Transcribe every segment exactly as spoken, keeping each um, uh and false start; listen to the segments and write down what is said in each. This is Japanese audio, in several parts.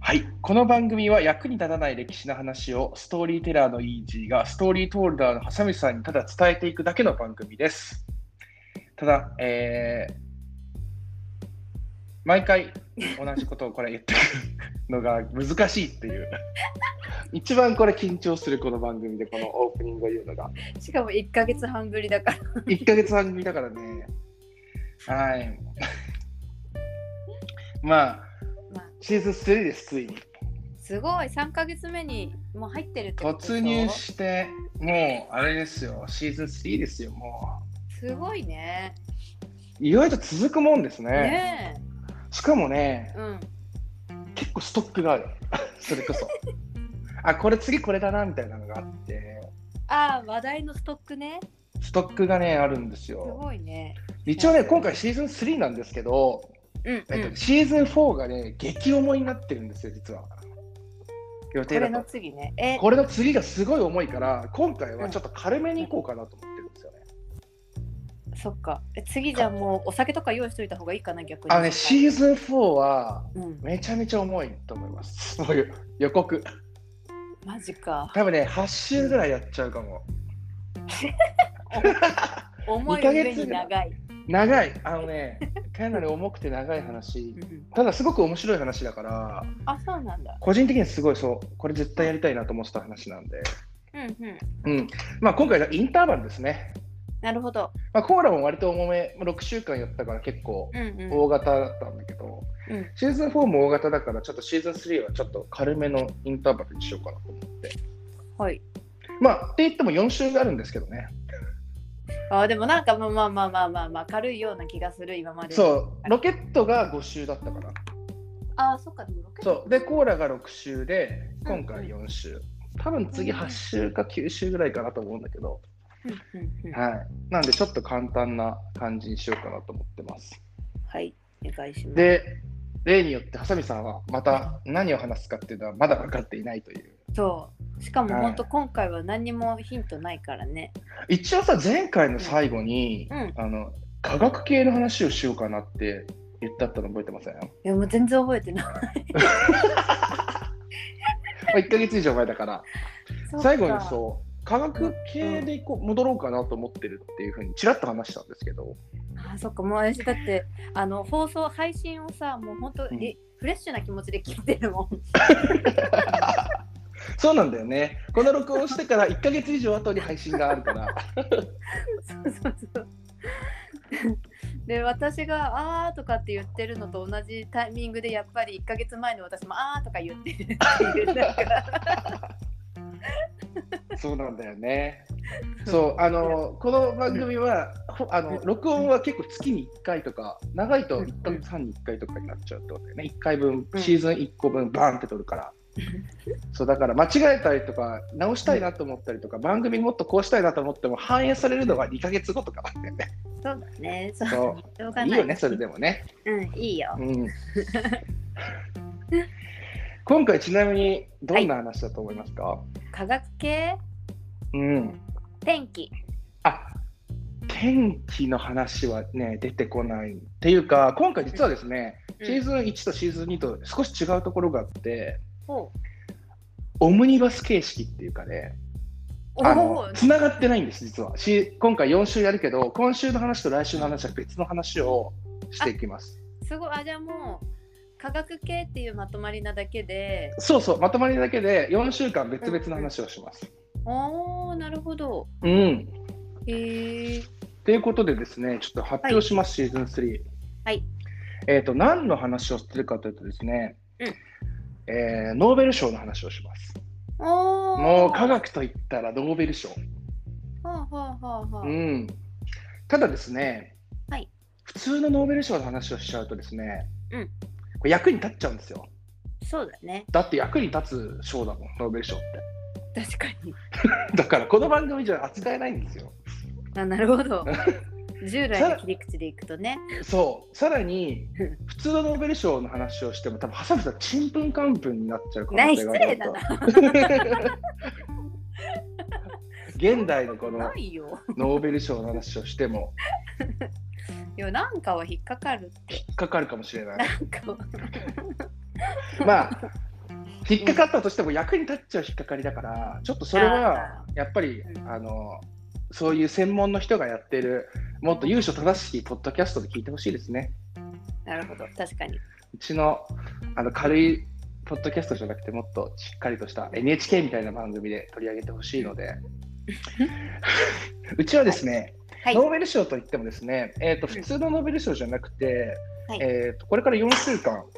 はい、この番組は役に立たない歴史の話をストーリーテラーのイージーがストーリートールダーのハサミさんにただ伝えていくだけの番組です。ただ、えー、毎回同じことをこれ言ってくるのが難しいっていう一番これ緊張するこの番組でこのオープニングを言うのがしかもいっかげつはんぶりだからいっかげつはんぶりだからね。はいまあ、まあ、シーズンスリーです。ついにすごいさんかげつめにもう入ってるってこと突入してもうあれですよ、シーズンスリーですよ。もうすごいね。 意外と続くもんですね。 ねえ、 しかもね、 うん、 結構ストックがあるそれこそあ、これ次これだなみたいなのがあって、 ああ、話題のストックね。 ストックがねあるんですよ。 すごいね。 一応ね、今回シーズンスリーなんですけど、うんうん、えっと、シーズンフォーがね激重になってるんですよ、実は。予定だと。 これの次ね。えこれの次がすごい重いから、今回はちょっと軽めにいこうかなと思ってるんですよね。 うん、そっか。次じゃあもうお酒とか用意しといた方がいいかな、逆に。 あのね、シーズンフォーはめちゃめちゃ重いと思います。そういう予告。 マジか。 多分ね、はち週ぐらいやっちゃうかも。 重い上に長い。 長い。あのね、かなり重くて長い話。ただすごく面白い話だから。 あ、そうなんだ。 個人的にはすごいそう、これ絶対やりたいなと思ってた話なんで。 うんうん。 うん。まあ今回はインターバルですね。 なるほど。 まあ、コーラも割と重め、ろくしゅうかんやったから結構大型だったんだけど、うんうん、シーズンフォーも大型だからちょっとシーズンスリーはちょっと軽めのインターバルにしようかなと思って。 はい。 まあって言ってもよん週があるんですけどね。 あ、でもなんかまあまあまあまあまあ、まあ、軽いような気がする今まで。 そうロケットがご週だったから。 あ、そっか。でもロケットそうでコーラがろく週で今回よん週、うんうん、多分次はち週かきゅう週ぐらいかなと思うんだけど、うんうんうん、はい。なんでちょっと簡単な感じにしようかなと思ってます。 はい、お願いします。 で例によってハサミさんはまた何を話すかっていうのはまだ分かっていないという。 そうしかも本当今回は何にもヒントないからね、 はい、一応さ前回の最後に、うん、あの科学系の話をしようかなって言ったったの覚えてません？いやもう全然覚えてないいっかげつ以上前だから最後にそう科学系でこう戻ろうかなと思ってるっていうふうにちらっと話したんですけど、 あ、そっか。もう私だってあの放送配信をさもう本当、うん、フレッシュな気持ちで聞いてるもんそうなんだよね。この録音してからいっかげつ以上後に配信があるからそうそうそうで私があーとかって言ってるのと同じタイミングでやっぱりいっかげつまえの私もあーとか言ってるっていうなんかそうなんだよね。そうあのこの番組はあの録音は結構月にいっかいとか長いといっかげつはんにいっかいとかになっちゃうってことだよね。いっかいぶんシーズンいっこぶんバーンって撮るからそうだから間違えたりとか直したいなと思ったりとか番組もっとこうしたいなと思っても反映されるのはにかげつごとかなんだよね。 そうだね。そうそういいよねそれでもね。 うんいいよ、うん、 今回ちなみにどんな話だと思いますか？はい、 科学系、 うん、 天気。 あ、天気の話はね出てこないっていうか今回実はですね、うん、シーズンいちとシーズンにと少し違うところがあって、うん、オムニバス形式っていうかねあの繋がってないんです実は。今回よん週やるけど今週の話と来週の話は別の話をしていきます。 すごい。あ、じゃあもう科学系っていうまとまりなだけでそうそうまとまりなだけでよん週間別々の話をします。 うんうん、おーなるほど。 うん。 へー。 ということでですねちょっと発表します、はい、シーズンスリー。 はい。 えっと何の話をするかというとですね、うんえー、ノーベル賞の話をします。 おーもう科学といったらノーベル賞。 はあはあはあはあ、 うん。ただですね、 はい、 普通のノーベル賞の話をしちゃうとですね、 うん、 これ役に立っちゃうんですよ。 そうだね。 だって役に立つ賞だもんノーベル賞って。 確かにだからこの番組じゃ扱えないんですよ。 あ、なるほど従来の切り口でいくとね。 そうさらに普通のノーベル賞の話をしても多分ハサミさんちんぷんかんぷんになっちゃう可能性があると。現代のこのノーベル賞の話をしてもいやなんかは引っかかるって。 引っかかるかもしれない。 なんかまあ引っかかったとしても役に立っちゃう引っかかりだから、ちょっとそれはやっぱり、うん、あのそういう専門の人がやってるもっと由緒正しいポッドキャストで聞いてほしいですね。 なるほど、確かに。 うちの、あの軽いポッドキャストじゃなくてもっとしっかりとした エヌエイチケー みたいな番組で取り上げてほしいのでうちはですね、はい、ノーベル賞といってもですね、えーと、普通のノーベル賞じゃなくて、はい、えーと、これからよんしゅうかん、はい、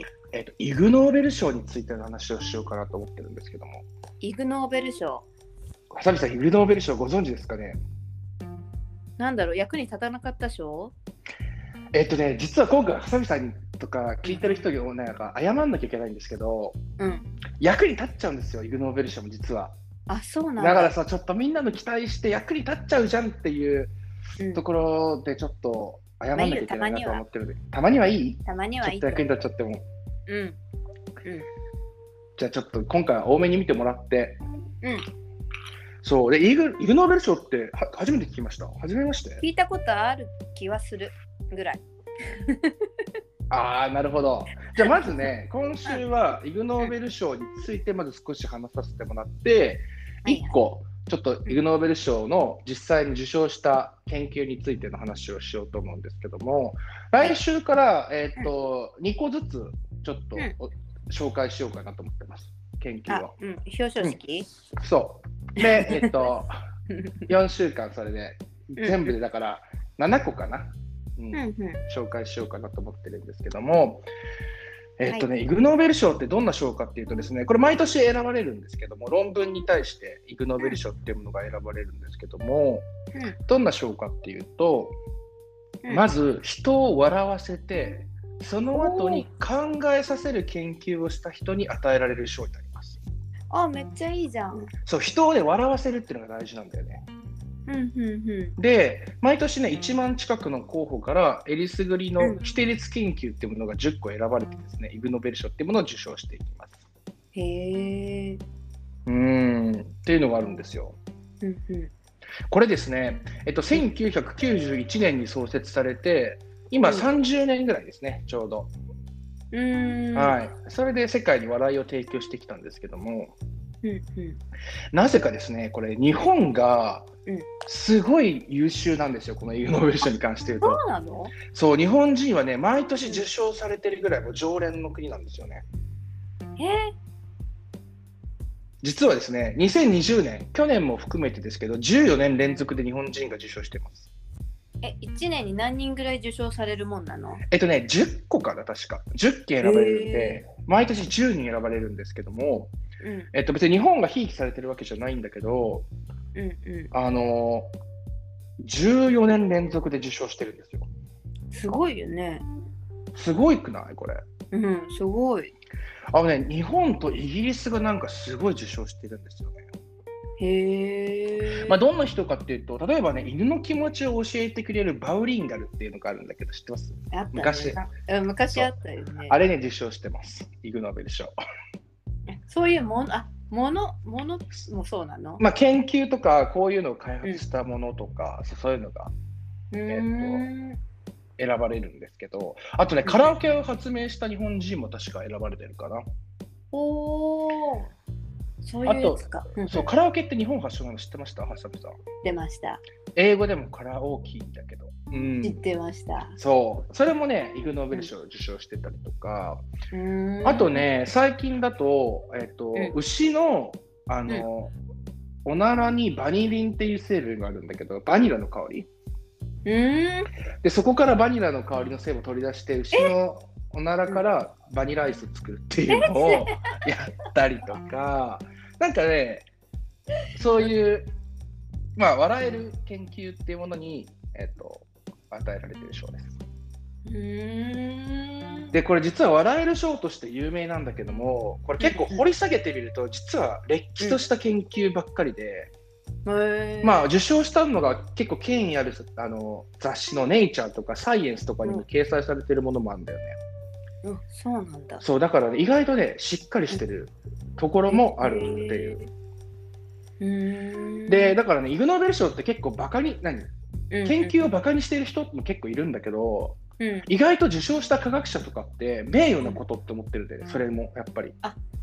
えーと、イグノーベル賞についての話をしようかなと思ってるんですけども。 イグノーベル賞、 ハサミさん、イグノーベル賞ご存知ですかね？ なんだろう、役に立たなかった賞？ えっとね、実は今回ハサミさんとか聞いてる人にもなんか謝んなきゃいけないんですけど、うん、役に立っちゃうんですよ、イグノーベル賞も実は。 あ、そうなんだ。 だからさ、ちょっとみんなの期待して役に立っちゃうじゃんっていうところでちょっと謝んなきゃいけないなと思ってるので、たまにはいい？ たまにはいい。 ちょっと役に立っちゃっても。 うん。うん。 じゃあちょっと今回は多めに見てもらって。 うん。 そうでイグ、イグノーベル賞っては初めて聞きました。初めまして。 聞いたことある気はするぐらい。 ああ、なるほど。じゃあまずね、今週はイグノーベル賞についてまず少し話させてもらって、いっこちょっとイグノーベル賞の実際に受賞した研究についての話をしようと思うんですけども、来週から、えー、とにこずつちょっと紹介しようかなと思ってます。研究を。 うん、表彰式、 うん、そうで、えっとよんしゅうかんそれで全部でだからななこかな、うんうんうん、紹介しようかなと思ってるんですけども、えっとね、はい、イグノーベル賞ってどんな賞かっていうとですね、これ毎年選ばれるんですけども、論文に対してイグノーベル賞っていうものが選ばれるんですけども、うん、どんな賞かっていうと、うん、まず人を笑わせてその後に考えさせる研究をした人に与えられる賞になります。 あ、めっちゃいいじゃん。 そう、人をね笑わせるっていうのが大事なんだよね。 うんうんうん、 で、毎年ねいちまん近くの候補からえりすぐりの規定率研究っていうものがじゅっこ選ばれてですね、イグノーベル賞っていうものを受賞していきます。 へー。 うーんっていうのがあるんですよ。 うんうん、 これですね、えっと、せんきゅうひゃくきゅうじゅういちねんに創設されて今さんじゅうねんぐらいですね、ちょうど。 うーん、 はい、それで世界に笑いを提供してきたんですけども、 うんうん、 なぜかですね、これ日本がすごい優秀なんですよ、このイグノーベル賞に関して言うと。 そうなの？ そう、日本人はね毎年受賞されてるぐらいもう常連の国なんですよね。 えー、 実はですね、にせんにじゅうねん、去年も含めてですけどじゅうよねん連続で日本人が受賞しています。 え、いちねんに何人ぐらい受賞されるもんなの？ えっとね、じゅっこかな、確か。じゅっけん選ばれるんで、毎年じゅうにん選ばれるんですけども、うん、えっと別に日本がひいきされてるわけじゃないんだけど、うんうん、あのじゅうよねん連続で受賞してるんですよ。 すごいよね。 すごいくないこれ？ うん、すごい。 あのね、日本とイギリスがなんかすごい受賞してるんですよね。 へー。 まあ、どんな人かっていうと、例えばね、犬の気持ちを教えてくれるバウリンガルっていうのがあるんだけど、知ってます？ あった、ね、 昔。 昔あったよね。 あれね、受賞してます。イグノーベル賞。 そういうもの、あ、もの、ものもそうなの？ まあ、研究とか、こういうのを開発したものとか、うん、そういうのが、えー、っと選ばれるんですけど、あとね、カラオケを発明した日本人も確か選ばれてるかな。 おー。そういうやつか。 あと、そう、カラオケって日本発祥なの知ってました？ハサミさん。 出ました。 英語でもカラオケだけど、 うん、知ってました。 そう、それもね、イグノーベル賞を受賞してたりとか、うん、あとね、最近だと、えっと、うん、牛の、あの、うん、おならにバニリンっていう成分があるんだけど、バニラの香り。 うん、 で、そこからバニラの香りの成分を取り出して、牛のおならからバニラアイスを作るっていうのをやったりとか、なんかね、そういう、まあ、笑える研究っていうものに、えっと、与えられている賞です。 うーん。 で、これ実は笑える賞として有名なんだけども、これ結構掘り下げてみると、実はれっきとした研究ばっかりで、うん、まあ、受賞したのが結構権威あるあの雑誌のネイチャーとかサイエンスとかにも掲載されているものもあるんだよね。 うん、そうなんだ。 そうだから、ね、意外とねしっかりしてるところもあるっていう。 うーん。 でだからね、イグノーベル賞って結構バカに何、研究をバカにしている人も結構いるんだけど、うん、意外と受賞した科学者とかって名誉なことって思ってるんで、ね、うん、それもやっぱり。 あ、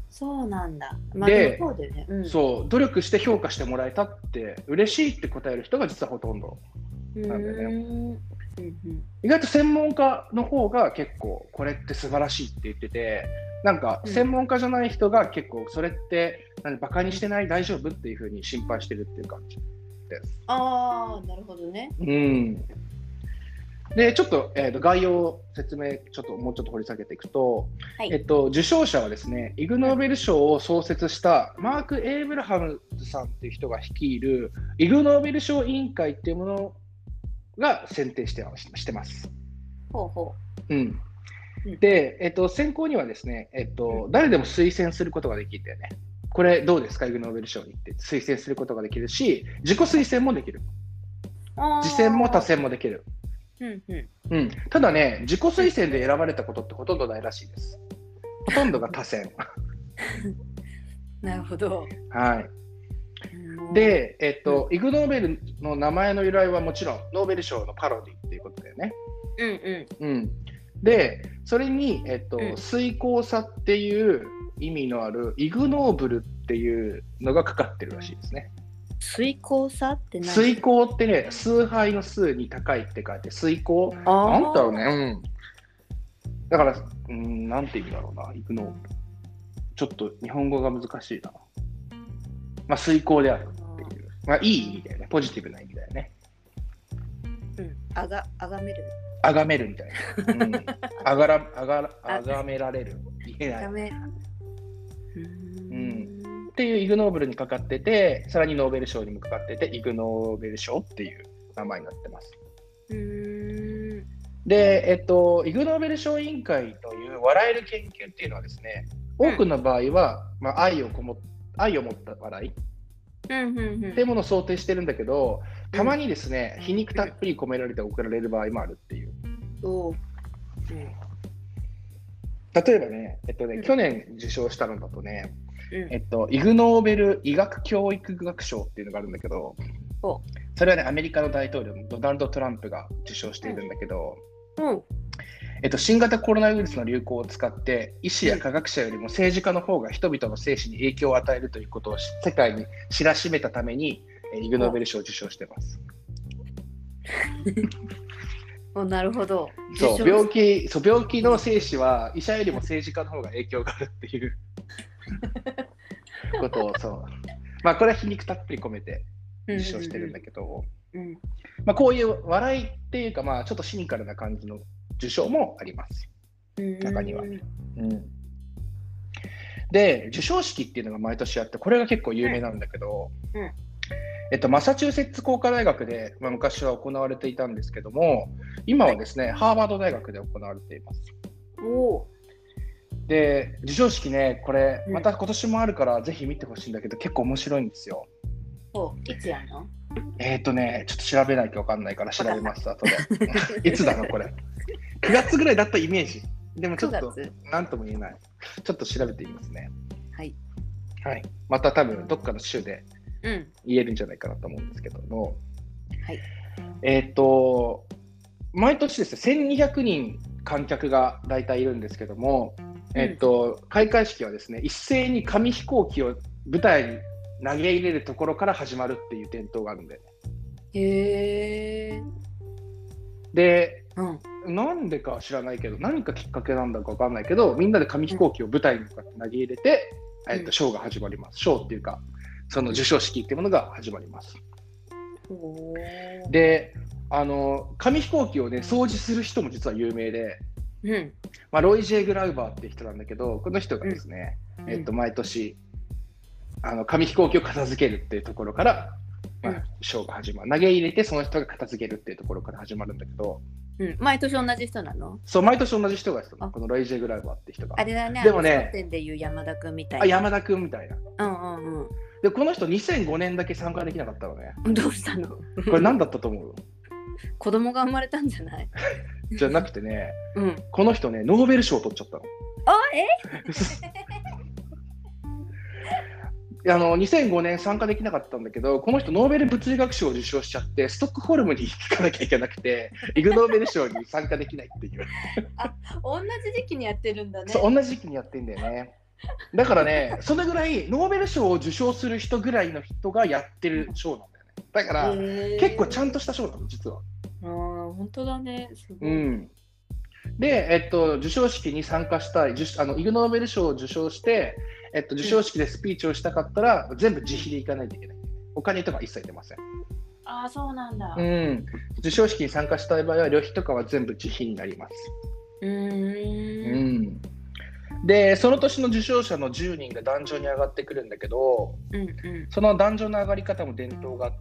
そうなんだ。まあ、 で、 でもそうだよね。うん、 そう努力して評価してもらえたって嬉しいって答える人が実はほとんどなんだよね。 うんうんうん、 意外と専門家の方が結構これって素晴らしいって言ってて、なんか専門家じゃない人が結構それって何バカにしてない大丈夫っていう風に心配してるっていう感じです。 ああ、なるほどね。 うん。でちょっと、えー、と概要説明ちょっともうちょっと掘り下げていくと、 はい、 えっと、受賞者はですねイグ・ノーベル賞を創設したマーク・エイブラハムズさんっていう人が率いるイグ・ノーベル賞委員会っていうものが選定してしてます。 ほうほう、うんで、えっと、選考にはですね、えっと、誰でも推薦することができるんだよね。これどうですか、イグ・ノーベル賞にって推薦することができるし、自己推薦もできる。自薦も他薦もできる。 うんうんうん、ただね、自己推薦で選ばれたことってほとんどないらしいです。ほとんどが他薦。 なるほど。 はい。で、えっと、うん、イグ・ノーベルの名前の由来はもちろんノーベル賞のパロディっていうことだよね。 うんうん。 うんで、それに、えっと、うん、遂行さっていう意味のあるイグノーブルっていうのがかかってるらしいですね。 遂行さって何？ 遂行ってね、崇拝の崇に高いって書いて、遂行。なんだろうね。うん。だから、うん、なんて意味だろうな、イグノーブル。ちょっと日本語が難しいな。まあ、遂行であるっていう。まあ、いい意味だよね。ポジティブな意味だよね。 うん。あが、あがめる。 あがめるみたいな、うん、あがらあがあがめられる言えない、うん、っていうイグノーベルにかかってて、さらにノーベル賞にもかかっててイグノーベル賞っていう名前になってます。 うーんで、えっと、イグノーベル賞委員会という笑える研究っていうのはですね、多くの場合は、まあ、愛をこも愛を持った笑いっていうものを想定してるんだけど、たまにですね、うん、皮肉たっぷり込められて送られる場合もあるっていう。 うん、 例えばね、えっとね、うん、去年受賞したのだとね、うん、えっと、イグ・ノーベル医学教育学賞っていうのがあるんだけど、それはね、アメリカの大統領のドナルド・トランプが受賞しているんだけど、うん、えっと、新型コロナウイルスの流行を使って医師や科学者よりも政治家の方が人々の生死に影響を与えるということを世界に知らしめたためにイグ・ノーベル賞を受賞してます。 おなるほど。 そう病気そう病気の生死は医者よりも政治家の方が影響があるっていうことをそう、まあ、これは皮肉たっぷり込めて受賞してるんだけど、うんうんうんまあ、こういう笑いっていうか、まあ、ちょっとシニカルな感じの受賞もあります、中には。うん、で、授賞式っていうのが毎年あって、これが結構有名なんだけど、うんうんえっと、マサチューセッツ工科大学で、まあ、昔は行われていたんですけども、今はですね、ハーバード大学で行われています。おで、授賞式ね、これ、また今年もあるから、ぜひ見てほしいんだけど、結構面白いんですよ。 おいつやんの？ えっとね、ちょっと調べなきゃ分かんないから調べます、後で。いつだろう、これ。くがつぐらいだったイメージ。でもちょっと、なんとも言えない。ちょっと調べてみますね。 はい。 はい。また多分、どっかの週で言えるんじゃないかなと思うんですけども。はい。えっと、毎年ですね、せんにひゃくにん観客が大体いるんですけども、えっと、開会式はですね、一斉に紙飛行機を舞台に投げ入れるところから始まるっていう伝統があるんで。へー。で、うん、なんでか知らないけど、何かきっかけなんだか分かんないけど、みんなで紙飛行機を舞台に向かって投げ入れて、うん、えっと、ショーが始まります。ショーっていうか、その授賞式っていうものが始まります。で、あの紙飛行機をね、掃除する人も実は有名で、うんまあ、ロイ・ジェイ・グラウバーっていう人なんだけど、この人がですね、うんえっと、毎年あの紙飛行機を片付けるっていうところから、まあ、ショーが始まる。投げ入れてその人が片付けるっていうところから始まるんだけど、 うん、毎年同じ人なの？ そう、毎年同じ人がいるの。このロイ・ジェイ・グラウバーって人が。 あれだね、 でもね、 商店でいう山田君みたいな。 あ、山田君みたいな。 うんうんうん。 で、この人にせんごねんだけ参加できなかったのね。 どうしたの？これ何だったと思う？ 子供が生まれたんじゃない？ じゃなくてね、うん、この人ね、ノーベル賞を取っちゃったの。 あ、えあのにせんごねん参加できなかったんだけど、この人ノーベル物理学賞を受賞しちゃって、ストックホルムに行かなきゃいけなくて、イグ・ノーベル賞に参加できないっていう。 あ、同じ時期にやってるんだね。 そう、同じ時期にやってんだよね。 だからね、それぐらいノーベル賞を受賞する人ぐらいの人がやってる賞なんだよね。だから、 えー、 結構ちゃんとした賞なの、実は。 ああ、本当だね。すごい。 うん。で、えっと、授賞式に参加したい、あのイグ・ノーベル賞を受賞して、えっと、授賞式でスピーチをしたかったら、うん、全部自費で行かないといけない。お金とか一切出ません。 ああ、そうなんだ。 うん。授賞式に参加したい場合は、旅費とかは全部自費になります。 うーん。 うんで、その年の受賞者のじゅうにんが壇上に上がってくるんだけど、うんうん、その壇上の上がり方も伝統があって、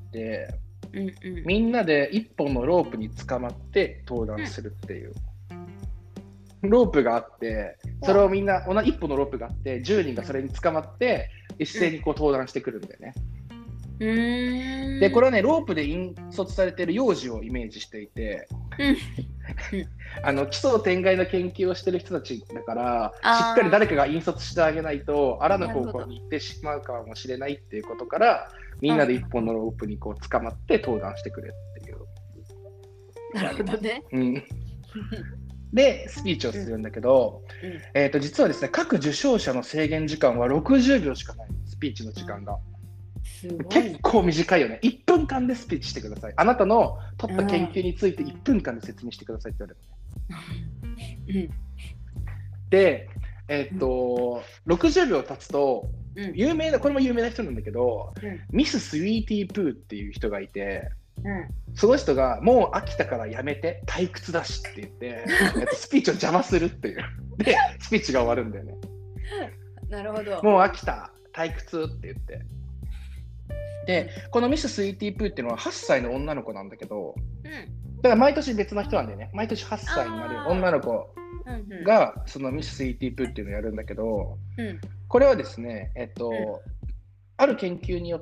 うんうん、みんなで一本のロープに捕まって登壇するっていう、うん、ロープがあって、それをみんな同じ一本のロープがあってじゅうにんがそれに捕まって一斉にこう登壇してくるんだよね。うーんでこれはね、ロープで引率されている幼児をイメージしていて、うんあの奇想天外の研究をしている人たちだから、しっかり誰かが引率してあげないとあらぬ方向に行ってしまうかもしれないっていうことから、みんなで一本のロープにこう捕まって登壇してくれっていう。 なるほどね。 うんでスピーチをするんだけど、うんうんえー、と実はですね、各受賞者の制限時間はろくじゅうびょうしかない、スピーチの時間が。すごい結構短いよね。いっぷんかんでスピーチしてください。あなたの取った研究についていっぷんかんで説明してくださいって言われる、ねうん、で、えー、っとろくじゅうびょう経つと、うん、有名なこれも有名な人なんだけど、うん、ミス・スイーティー・プーっていう人がいて、うん、その人がもう飽きたからやめて退屈だしって言ってスピーチを邪魔するっていうでスピーチが終わるんだよね。 なるほど。 もう飽きた退屈って言ってで、このミス・スイーティー・プーっていうのははっさいの女の子なんだけど、うん、だから毎年別の人なんだよね。毎年はっさいになる女の子がそのミス・スイーティー・プーっていうのをやるんだけど、うん、これはですね、えっと、うんある研究によって、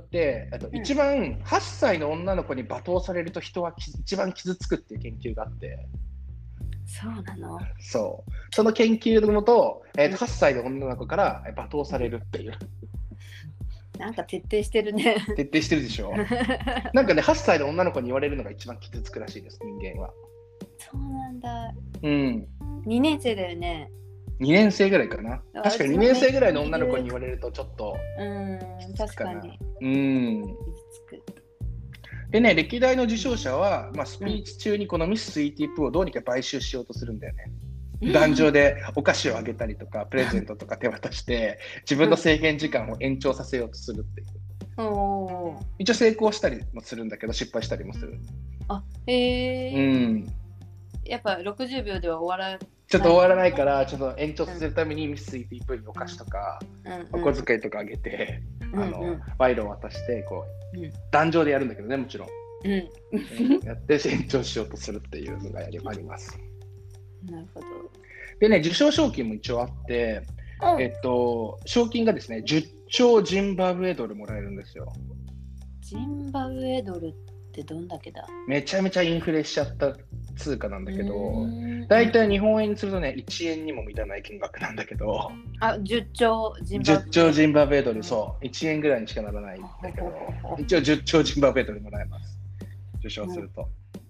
あと一番はっさいの女の子に罵倒されると人は一番傷つくっていう研究があって、 そうなの？ そう。その研究のもと、えー、とはっさいの女の子から罵倒されるっていう。 なんか徹底してるね。 徹底してるでしょ。なんかね、はっさいの女の子に言われるのが一番傷つくらしいです、人間は。 そうなんだ。 うん。 にねん生だよね。 にねん生ぐらいかな。確かににねん生ぐらいの女の子に言われるとちょっとうん確かにうんでね、歴代の受賞者は、まあ、スピーチ中にこのミス・スイーティー・プーをどうにか買収しようとするんだよね。壇上でお菓子をあげたりとかプレゼントとか手渡して自分の制限時間を延長させようとするっていう、うん、一応成功したりもするんだけど失敗したりもする。 あへえ、うん、やっぱろくじゅうびょうでは終わらちょっと終わらないからちょっと延長させるためにミス スイーティー プーにお菓子とか、うん、お小遣いとかあげて、うん、あの賄賂を渡してこう、うん、壇上でやるんだけどね、もちろん、うん、やって延長しようとするっていうのがあります。 なるほど。 でね、受賞賞金も一応あって、うん、えっと賞金がですねじゅっちょうジンバブエドルもらえるんですよ。 ジンバブエドルってどんだけだ？ めちゃめちゃインフレしちゃった通貨なんだけど、だいたい日本円にするとねいちえんにも満たない金額なんだけど、 あじゅっちょうジンバブエドル、 じゅっちょうジンバブエドル、そういちえんぐらいにしかならないんだけど一応じゅっちょうジンバブエドルもらえます、受賞すると、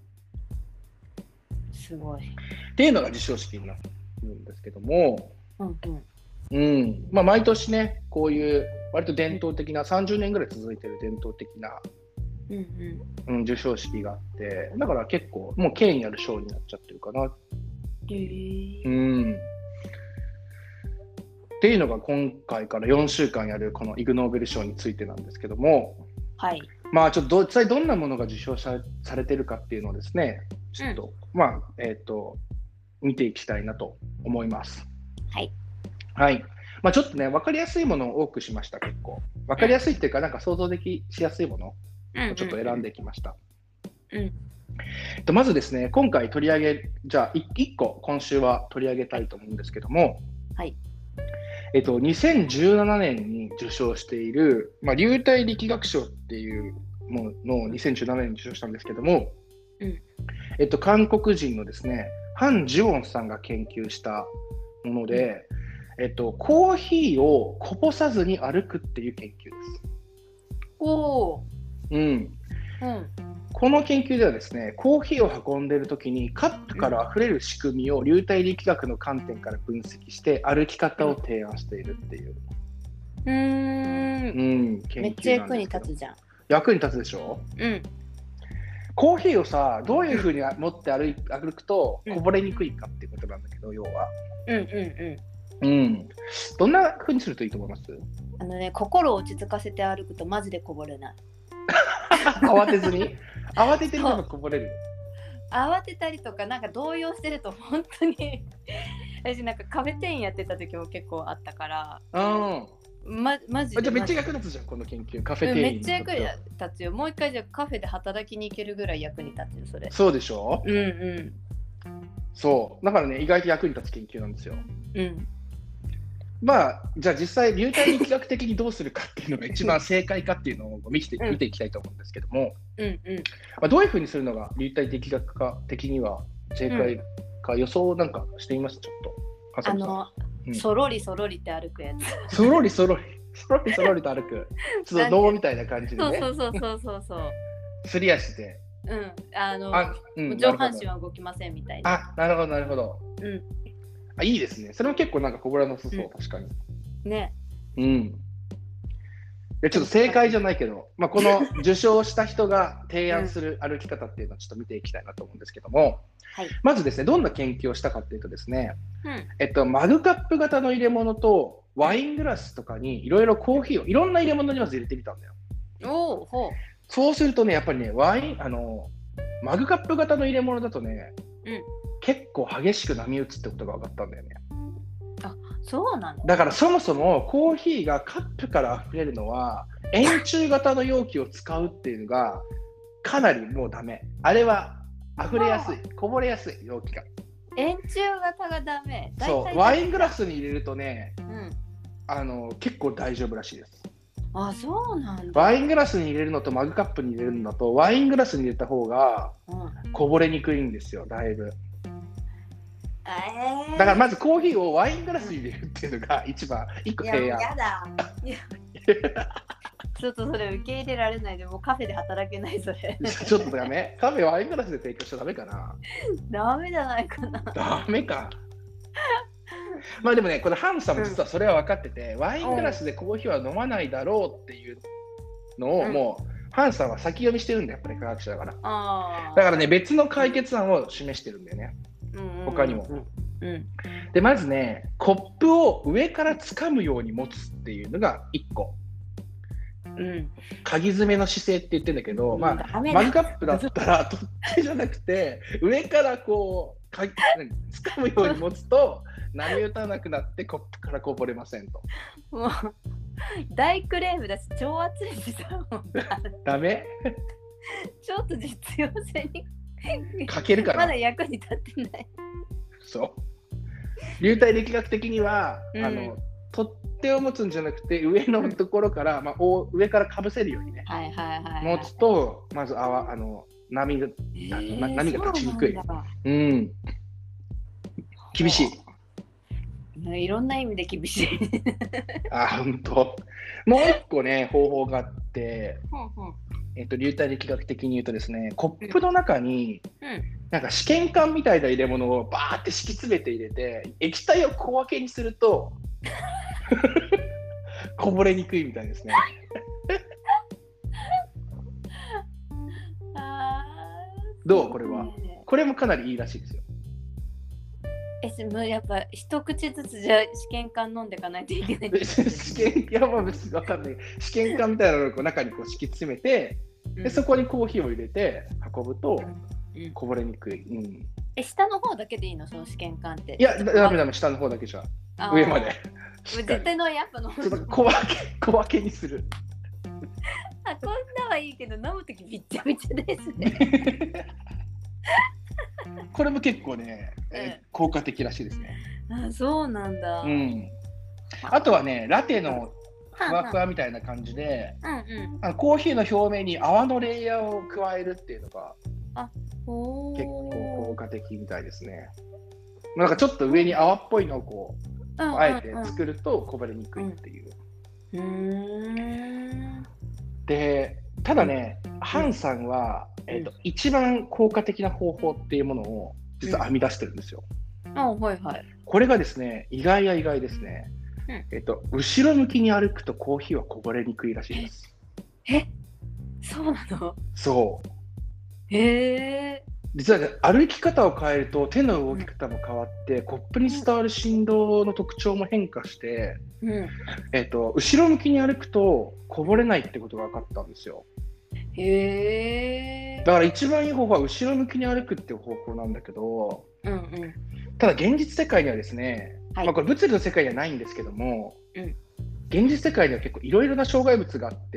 うん、すごいっていうのが授賞式になるんですけども、うんうんうんまあ、毎年ねこういう割と伝統的なさんじゅうねんぐらい続いてる伝統的なうんうんうん、授賞式があって、だから結構もう権威ある賞になっちゃってるかな、えーうん、っていうのが今回からよんしゅうかんやるこのイグ・ノーベル賞についてなんですけども、はい、まあちょっと実際どんなものが受賞されてるかっていうのをですねちょっと、うん、まあえっと見ていきたいなと思います。はい、はいまあ、ちょっとね分かりやすいものを多くしました。結構分かりやすいっていうか、なんか想像できしやすいものちょっと選んできました。うんうんうん、まずですね、今回取り上げ、じゃあ いっこ今週は取り上げたいと思うんですけども、はいえっと、にせんじゅうななねんに受賞している、まあ、流体力学賞っていうものをにせんじゅうななねんに受賞したんですけども、うんえっと、韓国人のですね、ハン・ジュオンさんが研究したもので、うんえっと、コーヒーをこぼさずに歩くっていう研究です。 おーうんうん、 この研究ではですね、コーヒーを運んでいるときにカップから溢れる仕組みを流体力学の観点から分析して歩き方を提案しているっていう、 うーん、 うん、研究なんですけど。 めっちゃ役に立つじゃん。 役に立つでしょ。 うん。 コーヒーをさ、どういうふうに持って歩い歩くとうんこぼれにくいかっていうことなんだけど、要は。 うんうんううん。 ん。どんなふうにするといいと思います？ あのね、心を落ち着かせて歩くとマジでこぼれない。 慌てずに慌ててるのがこぼれる。 慌てたりとかなんか動揺してると本当に私なんかカフェ店員やってた時も結構あったから、 うんま、マジでじゃあめっちゃ役立つじゃん、この研究。カフェ店員めっちゃ役に立つよ。もう一回じゃあカフェで働きに行けるぐらい役に立つよ、それ。 そうでしょ。 うんうんそうだからね、意外と役に立つ研究なんですよ。 うん。 まあじゃあ実際流体力学的にどうするかっていうのが一番正解かっていうのを見て、見ていきたいと思うんですけども、 うんうん。 まあ、どういうふうにするのが流体力学科的には正解か予想なんかしてみます？ちょっと。 あの、うん、そろりそろりって歩くやつ。 そろりそろり、そろりそろりと歩く。ちょっと能みたいな感じでね。 そうそうそうそうそう。 すり足で。 うん、あのあ、うん、 上半身は動きませんみたいな。 あ、なるほどなるほど。 うん。 あ、いいですね。それも結構なんかこぼれなさそう、うん、確かに。 ね。 うん。いやちょっと正解じゃないけど、まあ、この受賞した人が提案する歩き方っていうのをちょっと見ていきたいなと思うんですけども、 はい、 まずですね、どんな研究をしたかっていうとですね、 うん、 えっと、マグカップ型の入れ物とワイングラスとかにいろいろコーヒーをいろんな入れ物にまず入れてみたんだよ。 おー、ほう。 そうするとね、やっぱりね、ワインあのマグカップ型の入れ物だとね、 うん、 結構激しく波打つってことが分かったんだよね。 あ、そうなの？ だからそもそもコーヒーがカップから溢れるのは円柱型の容器を使うっていうのがかなりもうダメ。あれは溢れやすい、こぼれやすい容器が。 円柱型がダメ。 そうワイングラスに入れるとね、 うん、 あの結構大丈夫らしいです。 あ、そうなんだ。 ワイングラスに入れるのとマグカップに入れるのだとワイングラスに入れた方がこぼれにくいんですよ、だいぶ。 えー、 だからまずコーヒーをワイングラスに入れるっていうのが一番一個提案。 いや、やだ。ちょっとそれ受け入れられないで、もうカフェで働けないそれ。 ちょっとダメ？カフェワイングラスで提供しちゃダメかな？ ダメじゃないかな。 ダメか。まあでもね、このハンさんも実はそれは分かってて、うん、ワイングラスでコーヒーは飲まないだろうっていうのをもう、うん、ハンさんは先読みしてるんだよ、やっぱり科学者だから。 あだからね、別の解決案を示してるんだよね。他にも、 うん、 でまずね、コップを上から掴むように持つっていうのがいっこ、 うん、 鍵詰めの姿勢って言ってるんだけど、まあ、マグカップだったら取っ手じゃなくて上からこう掴むように持つと波打たなくなってコップからこぼれませんと。 もう大クレームだし超熱いしさ、もうダメちょっと実用性にかけるからまだ役に立ってない。 そう流体力学的には、うん、あの取っ手を持つんじゃなくて上のところから、うん、まあ、上からかぶせるようにね、 はいはいはいはい、 持つとまずあわあの 波が、えー、波が立ちにくい。う、うん、厳しい。 いろんな意味で厳しい。 あ、本当。もう一個ね方法があって、 うんうん、 えっと、流体力学的に言うとですね、コップの中に、 うん、 なんか試験管みたいな入れ物をバーって敷き詰めて入れて液体を小分けにするとこぼれにくいみたいですね。 あどうこれは？これもかなりいいらしいですよ。 え、もうやっぱ一口ずつじゃ試験管飲んでいかないといけない。 試験、いやまあ別に分かんない。試験管みたいなのを中にこう敷き詰めて、で、うん、そこにコーヒーを入れて運ぶとこぼれにくい。うん、 え、下の方だけでいいのその試験管って？ いや、ダメダメ、下の方だけじゃ。上まで。 絶対のやっぱの。 ちょっと小分け、小分けにする。 あ、こんなはいいけど飲むときびっちゃびちゃですね。 これも結構ね、えー、効果的らしいですね。 あ、そうなんだ。 うん。あとはね、ラテのふわふわみたいな感じで、 うんうん、 あのコーヒーの表面に泡のレイヤーを加えるっていうのがあお結構効果的みたいですね。なんかちょっと上に泡っぽいのをこう、うんうんうん、あえて作るとこぼれにくいっていう。 うん、うーんで、ただね、うん、ハンさんはえーと、一番効果的な方法っていうものを実は編み出してるんですよ。 うん、あ、はいはい。 これがですね、意外や意外ですね。うん、えーと、後ろ向きに歩くとコーヒーはこぼれにくいらしいです。 え、そうなの？ そう。 へえ。 実は、ね、歩き方を変えると手の動き方も変わって、うん、コップに伝わる振動の特徴も変化して、うん、えーと、後ろ向きに歩くとこぼれないってことが分かったんですよ。 へえ。 だから一番いい方法は後ろ向きに歩くっていう方法なんだけど、うんうん、ただ現実世界にはですね、はい、まあ、これ物理の世界にはないんですけども、うん、現実世界には結構いろいろな障害物があって、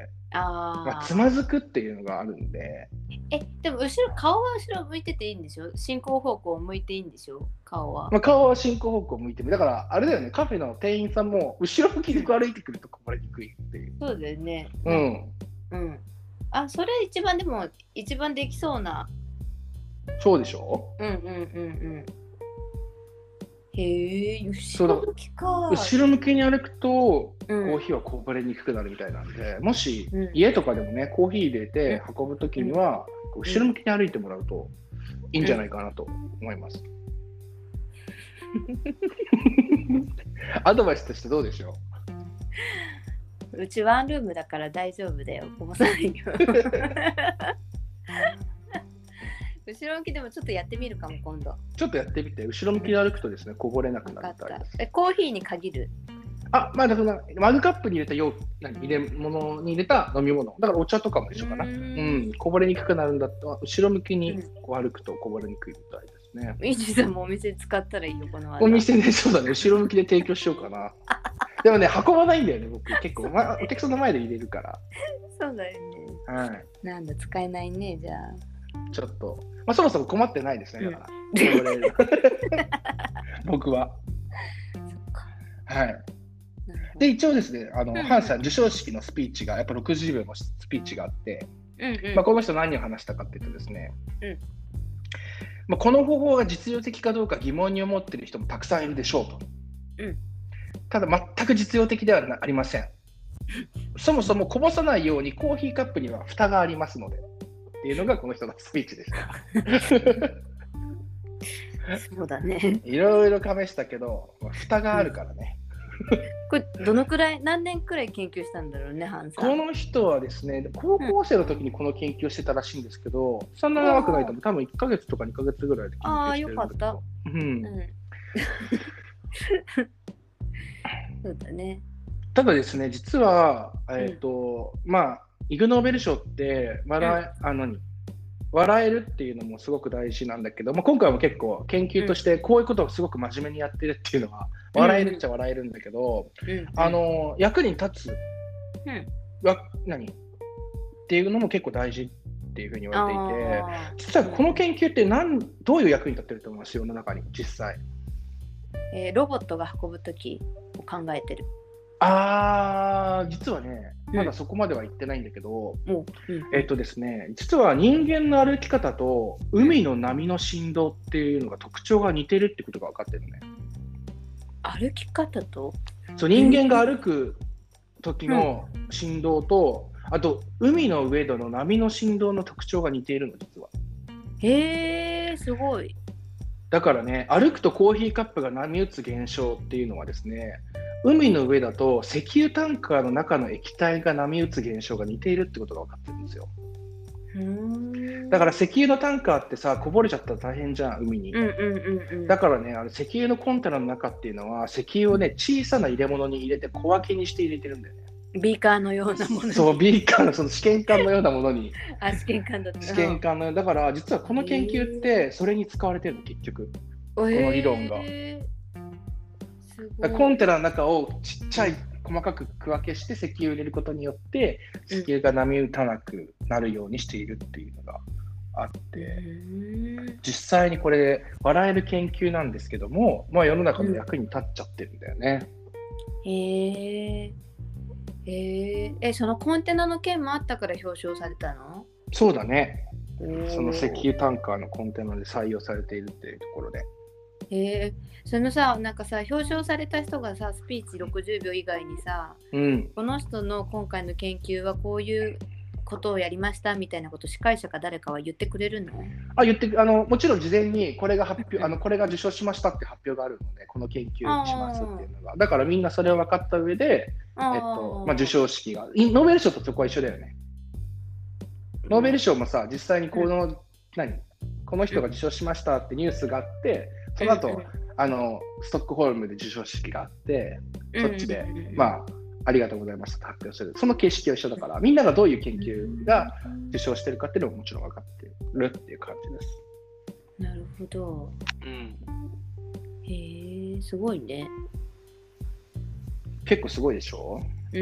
あ、まあ、つまずくっていうのがあるんで。 え、でも後ろ、顔は後ろ向いてていいんでしょ？進行方向を向いていいんでしょ？顔は。 まあ、顔は進行方向を向いてる。だからあれだよね、カフェの店員さんも後ろ向きに歩いてくるとこぼれにくいっていう。 そうだよね。 うん。 うん。あ、それ一番でも一番できそうな。 そうでしょ？ うんうんうんうん。へえ、後ろ向きか。 後ろ向きに歩くと、うん、コーヒーはこぼれにくくなるみたいなんで、もし、うん、家とかでもね、コーヒー入れて運ぶときには、うん、後ろ向きに歩いてもらうといいんじゃないかなと思います。うん、アドバイスとしてどうでしょう？うちワンルームだから大丈夫だよ。こぼさないよ。後ろ向きでもちょっとやってみるかも今度。 ちょっとやってみて、後ろ向きで歩くとですね、こぼれなくなるみたいです。 え、コーヒーに限る？ あ、まあだからマグカップに入れた容何入れ物に入れた飲み物。だからお茶とかも一緒かな。うん、うん、こぼれにくくなるんだったら後ろ向きにこう歩くとこぼれにくいみたいですね。 いちさんもお店で使ったらいいよこの。 お店でそうだね。後ろ向きで提供しようかな。でもね、運ばないんだよね、僕。結構、ま、お客さんの前で入れるから。 そうだよね。はい。なんだ、使えないね、じゃあ。 ちょっと、まあ、そもそも困ってないですね、だから。うん、僕は。そっか。はい。で、一応ですね、あの、うんうん、ハンさん、授賞式のスピーチが、やっぱろくじゅうびょうのスピーチがあって、うんうん、まあ、この人何を話したかっていうとですね、うんまあ、この方法が実用的かどうか疑問に思っている人もたくさんいるでしょうと。うんただ全く実用的ではありません。そもそもこぼさないようにコーヒーカップには蓋がありますのでっていうのがこの人のスピーチでした。 そうだね。 いろいろ試したけど、まあ、蓋があるからね。 これどのくらい何年くらい研究したんだろうね、ハンさん。 この人はですね、高校生の時にこの研究をしてたらしいんですけど、うん、そんな長くないと思う。多分いっかげつとかにかげつぐらいで研究してるんだけど。ああ、よかった。うん。うんそうだね。ただですね、実は、えーとうん、まあ、イグ・ノーベル賞って笑え、うん、あの笑えるっていうのもすごく大事なんだけど、まあ、今回も結構研究としてこういうことをすごく真面目にやってるっていうのは、うん、笑えるっちゃ笑えるんだけど、うん、あの役に立つ、うん、わ何っていうのも結構大事っていうふうに言われていて、実はこの研究って何どういう役に立ってると思います？世の中に実際。 えー、ロボットが運ぶときを考えてる。 あー、実はね、まだそこまでは言ってないんだけど、うん、えっとですね、実は人間の歩き方と海の波の振動っていうのが特徴が似てるってことが分かってるのね。 歩き方と？ そう、人間が歩く時の振動と、うん、あと海の上での波の振動の特徴が似ているの、実は。 へー、すごい。 だからね、歩くとコーヒーカップが波打つ現象っていうのはですね、海の上だと石油タンカーの中の液体が波打つ現象が似ているってことが分かってるんですよ。うーんだから石油のタンカーってさ、こぼれちゃったら大変じゃん、海に。うんうんうんうん、だからね、あの石油のコンテナの中っていうのは石油をね、小さな入れ物に入れて小分けにして入れてるんだよね。 ビーカーのようなものに。 そう、ビーカーのその試験管のようなものに。 あ、試験管だった。 試験管の、だから実はこの研究ってそれに使われてるの、結局。この理論が。すごい。コンテナの中をちっちゃい細かく区分けして石油を入れることによって石油が波打たなくなるようにしているっていうのがあって、うん、実際にこれ笑える研究なんですけども、まあ、世の中の役に立っちゃってるんだよね。 うん、へーえー、え、そのコンテナの件もあったから表彰されたの？ そうだね。その石油タンカーのコンテナで採用されているっていうところで。 えー、そのさ、なんかさ、表彰された人がさ、スピーチろくじゅうびょう以外にさ、うん、この人の今回の研究はこういうことをやりましたみたいなこと司会者か誰かは言ってくれるの？ あ言ってあのもちろん事前にこれが発表あのこれが受賞しましたって発表があるので、この研究しますっていうのが、だからみんなそれを分かった上で、えっとまあ、授賞式がノーベル賞とそこは一緒だよね。ノーベル賞もさ実際にこの、うん、何この人が受賞しましたってニュースがあって、その後、うん、あのストックホルムで授賞式があって、そっちで、うん、まあありがとうございましたと発表する。その形式は一緒だから、みんながどういう研究が受賞してるかっていうのももちろん分かってるっていう感じです。 なるほど。うん、へえ、すごいね。 結構すごいでしょ？ うん、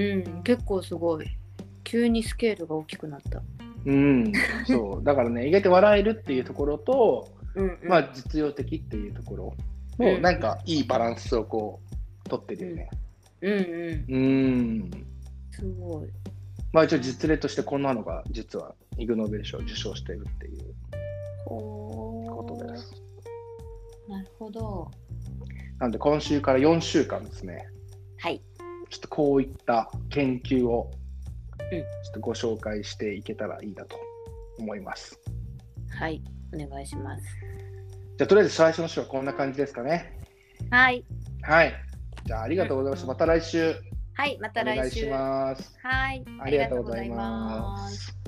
結構すごい。急にスケールが大きくなった。 うん、そうだからね、意外と笑えるっていうところと、うんうん、まあ実用的っていうところの、うん、なんかいいバランスをこう取ってるよね。 うんうん。うん。すごい。 まあ一応実例としてこんなのが実はイグノーベル賞を受賞しているっていうことです。 なるほど。 なんで今週からよんしゅうかんですね。 はい。 ちょっとこういった研究をちょっとご紹介していけたらいいなと思います。 はい、お願いします。 じゃあとりあえず最初の週はこんな感じですかね。 はい。 はい。じゃあありがとうございました。また来週。 はい、また来週。 お願いします。 はい、 ありがとうございます。